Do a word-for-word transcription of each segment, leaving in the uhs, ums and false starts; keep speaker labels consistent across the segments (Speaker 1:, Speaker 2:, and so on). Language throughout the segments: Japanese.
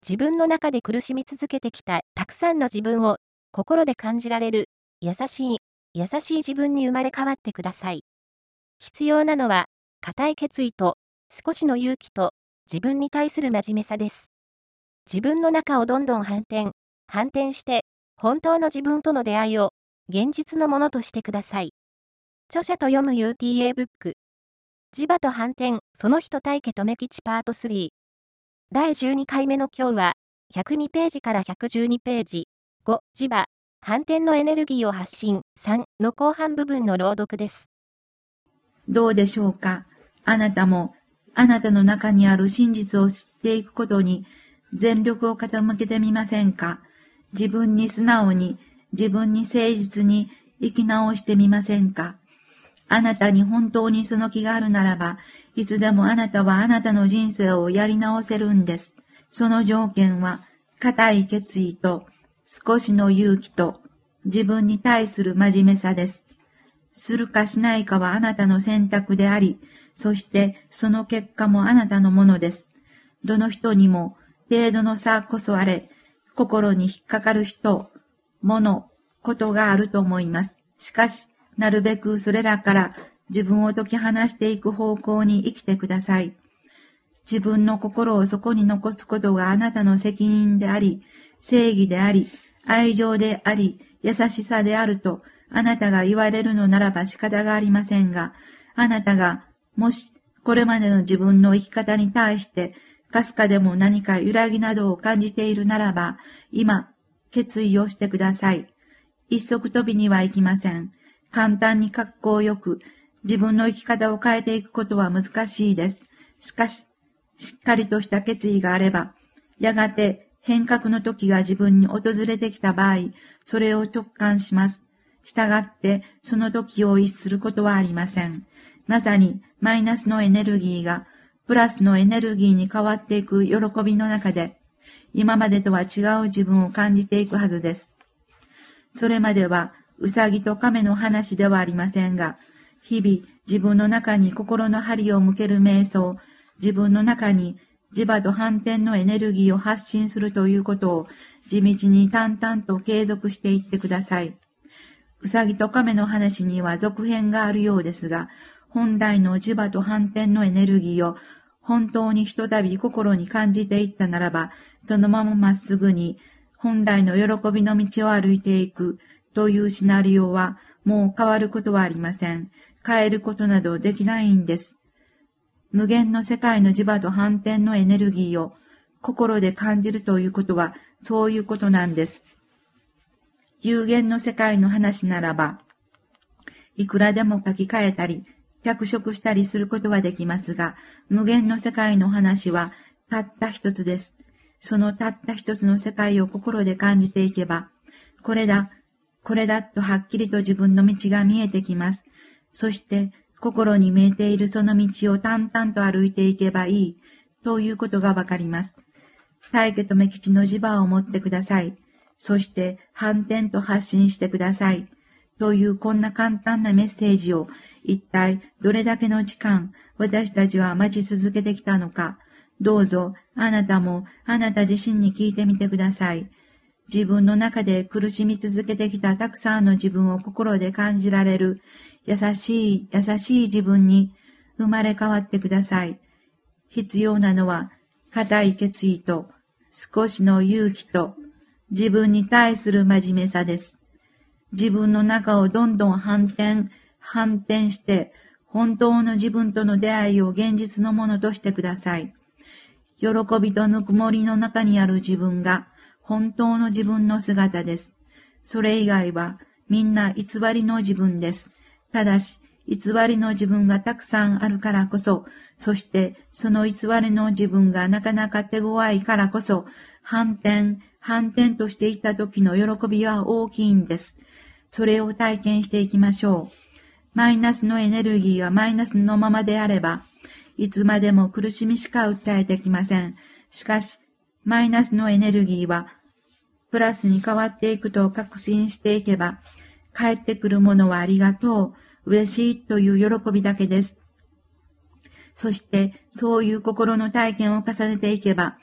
Speaker 1: 自分の中で苦しみ続けてきたたくさんの自分を心で感じられる優しい、優しい自分に生まれ変わってください。必要なのは固い決意と少しの勇気と自分に対する真面目さです。自分の中をどんどん反転、反転して本当の自分との出会いを現実のものとしてください。著者と読む ユーティーエー ブック。磁場と反転、その人対家留吉パートスリー。だいじゅうにかいめの今日は、ひゃくにページからひゃくじゅうにページ。ご、磁場、反転のエネルギーを発信。さんの後半部分の朗読です。
Speaker 2: どうでしょうか。あなたも、あなたの中にある真実を知っていくことに、全力を傾けてみませんか。自分に素直に、自分に誠実に生き直してみませんか。あなたに本当にその気があるならば、いつでもあなたはあなたの人生をやり直せるんです。その条件は、固い決意と、少しの勇気と、自分に対する真面目さです。するかしないかはあなたの選択であり、そしてその結果もあなたのものです。どの人にも、程度の差こそあれ、心に引っかかる人、もの、ことがあると思います。しかし、なるべくそれらから自分を解き放していく方向に生きてください。自分の心をそこに残すことがあなたの責任であり、正義であり、愛情であり、優しさであるとあなたが言われるのならば仕方がありませんが、あなたがもしこれまでの自分の生き方に対してかすかでも何か揺らぎなどを感じているならば、今、決意をしてください。一足飛びにはいきません。簡単に格好よく自分の生き方を変えていくことは難しいです。しかし、しっかりとした決意があれば、やがて変革の時が自分に訪れてきた場合、それを直感します。したがって、その時を逸することはありません。まさに、マイナスのエネルギーが、プラスのエネルギーに変わっていく喜びの中で、今までとは違う自分を感じていくはずです。それまでは、うさぎと亀の話ではありませんが、日々自分の中に心の針を向ける瞑想、自分の中に磁場と反転のエネルギーを発信するということを地道に淡々と継続していってください。うさぎと亀の話には続編があるようですが、本来の磁場と反転のエネルギーを本当にひとたび心に感じていったならば、そのまままっすぐに本来の喜びの道を歩いていくというシナリオはもう変わることはありません。変えることなどできないんです。無限の世界の磁場と反転のエネルギーを心で感じるということはそういうことなんです。有限の世界の話ならば、いくらでも書き換えたり、脚色したりすることはできますが、無限の世界の話はたった一つです。そのたった一つの世界を心で感じていけば、これだ、これだとはっきりと自分の道が見えてきます。そして、心に見えているその道を淡々と歩いていけばいい、ということがわかります。大家留吉の磁場を持ってください。そして反転と発信してください。というこんな簡単なメッセージを一体どれだけの時間私たちは待ち続けてきたのか。どうぞあなたもあなた自身に聞いてみてください。自分の中で苦しみ続けてきたたくさんの自分を心で感じられる優しい優しい自分に生まれ変わってください。必要なのは固い決意と少しの勇気と自分に対する真面目さです。自分の中をどんどん反転、反転して、本当の自分との出会いを現実のものとしてください。喜びとぬくもりの中にある自分が、本当の自分の姿です。それ以外は、みんな偽りの自分です。ただし、偽りの自分がたくさんあるからこそ、そしてその偽りの自分がなかなか手強いからこそ、反転、反転としていった時の喜びは大きいんです。それを体験していきましょう。マイナスのエネルギーがマイナスのままであれば、いつまでも苦しみしか訴えてきません。しかし、マイナスのエネルギーは、プラスに変わっていくと確信していけば、帰ってくるものはありがとう、嬉しいという喜びだけです。そして、そういう心の体験を重ねていけば、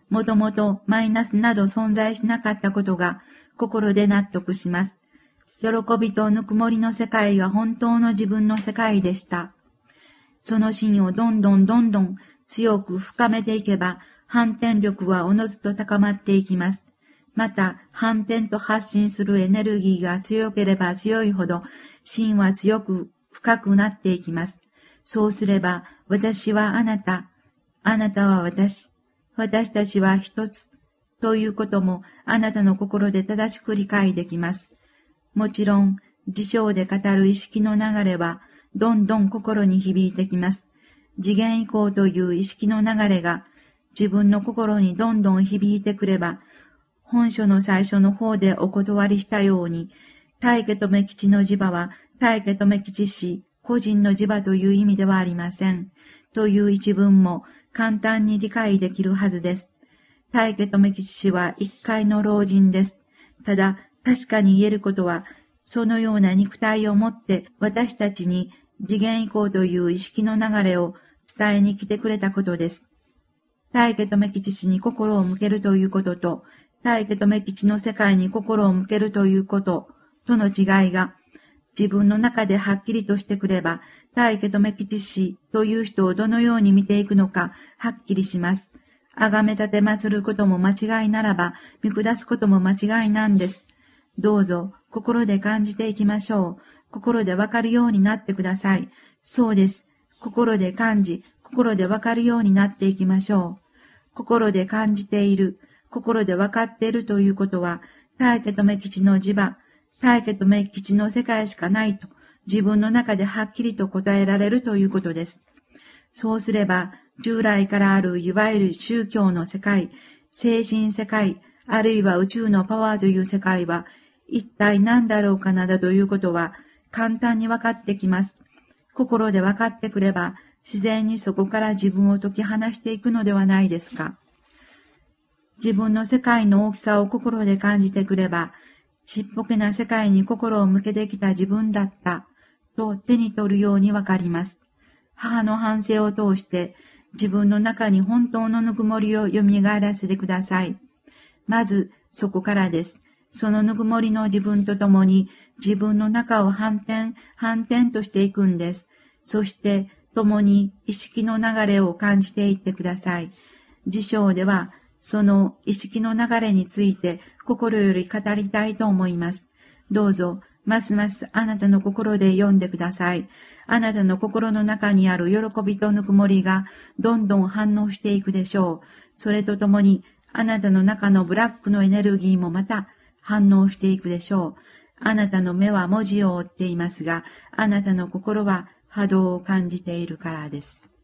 Speaker 2: もともとマイナスなど存在しなかったことが心で納得します。喜びとぬくもりの世界が本当の自分の世界でした。その芯をどんどんどんどん強く深めていけば、反転力はおのずと高まっていきます。また、反転と発信するエネルギーが強ければ強いほど、芯は強く深くなっていきます。そうすれば、私はあなた、あなたは私、私たちは一つ、ということもあなたの心で正しく理解できます。もちろん、辞書で語る意識の流れは、どんどん心に響いてきます。次元移行という意識の流れが、自分の心にどんどん響いてくれば、本書の最初の方でお断りしたように、大家留吉の磁場は、大家留吉氏個人の磁場という意味ではありません。という一文も簡単に理解できるはずです。大家留吉氏は一介の老人です。ただ、確かに言えることは、そのような肉体をもって私たちに次元移行という意識の流れを伝えに来てくれたことです。大家留吉氏に心を向けるということと、大家留吉の世界に心を向けるということとの違いが、自分の中ではっきりとしてくれば、大家留吉氏という人をどのように見ていくのかはっきりします。崇め立て祀ることも間違いならば、見下すことも間違いなんです。どうぞ、心で感じていきましょう。心でわかるようになってください。そうです。心で感じ、心でわかるようになっていきましょう。心で感じている、心でわかっているということは、大家留吉の磁場、大家留吉の世界しかないと、自分の中ではっきりと答えられるということです。そうすれば、従来からあるいわゆる宗教の世界、精神世界、あるいは宇宙のパワーという世界は、一体何だろうかなどということは、簡単に分かってきます。心で分かってくれば、自然にそこから自分を解き放していくのではないですか。自分の世界の大きさを心で感じてくれば、ちっぽけな世界に心を向けてきた自分だった、と手に取るようにわかります。母の反省を通して、自分の中に本当のぬくもりを蘇らせてください。まず、そこからです。そのぬくもりの自分と共に、自分の中を反転、反転としていくんです。そして、共に意識の流れを感じていってください。辞書では、その意識の流れについて心より語りたいと思います。どうぞ、ますますあなたの心で読んでください。あなたの心の中にある喜びとぬくもりがどんどん反応していくでしょう。それとともに、あなたの中のブラックのエネルギーもまた反応していくでしょう。あなたの目は文字を追っていますが、あなたの心は波動を感じているからです。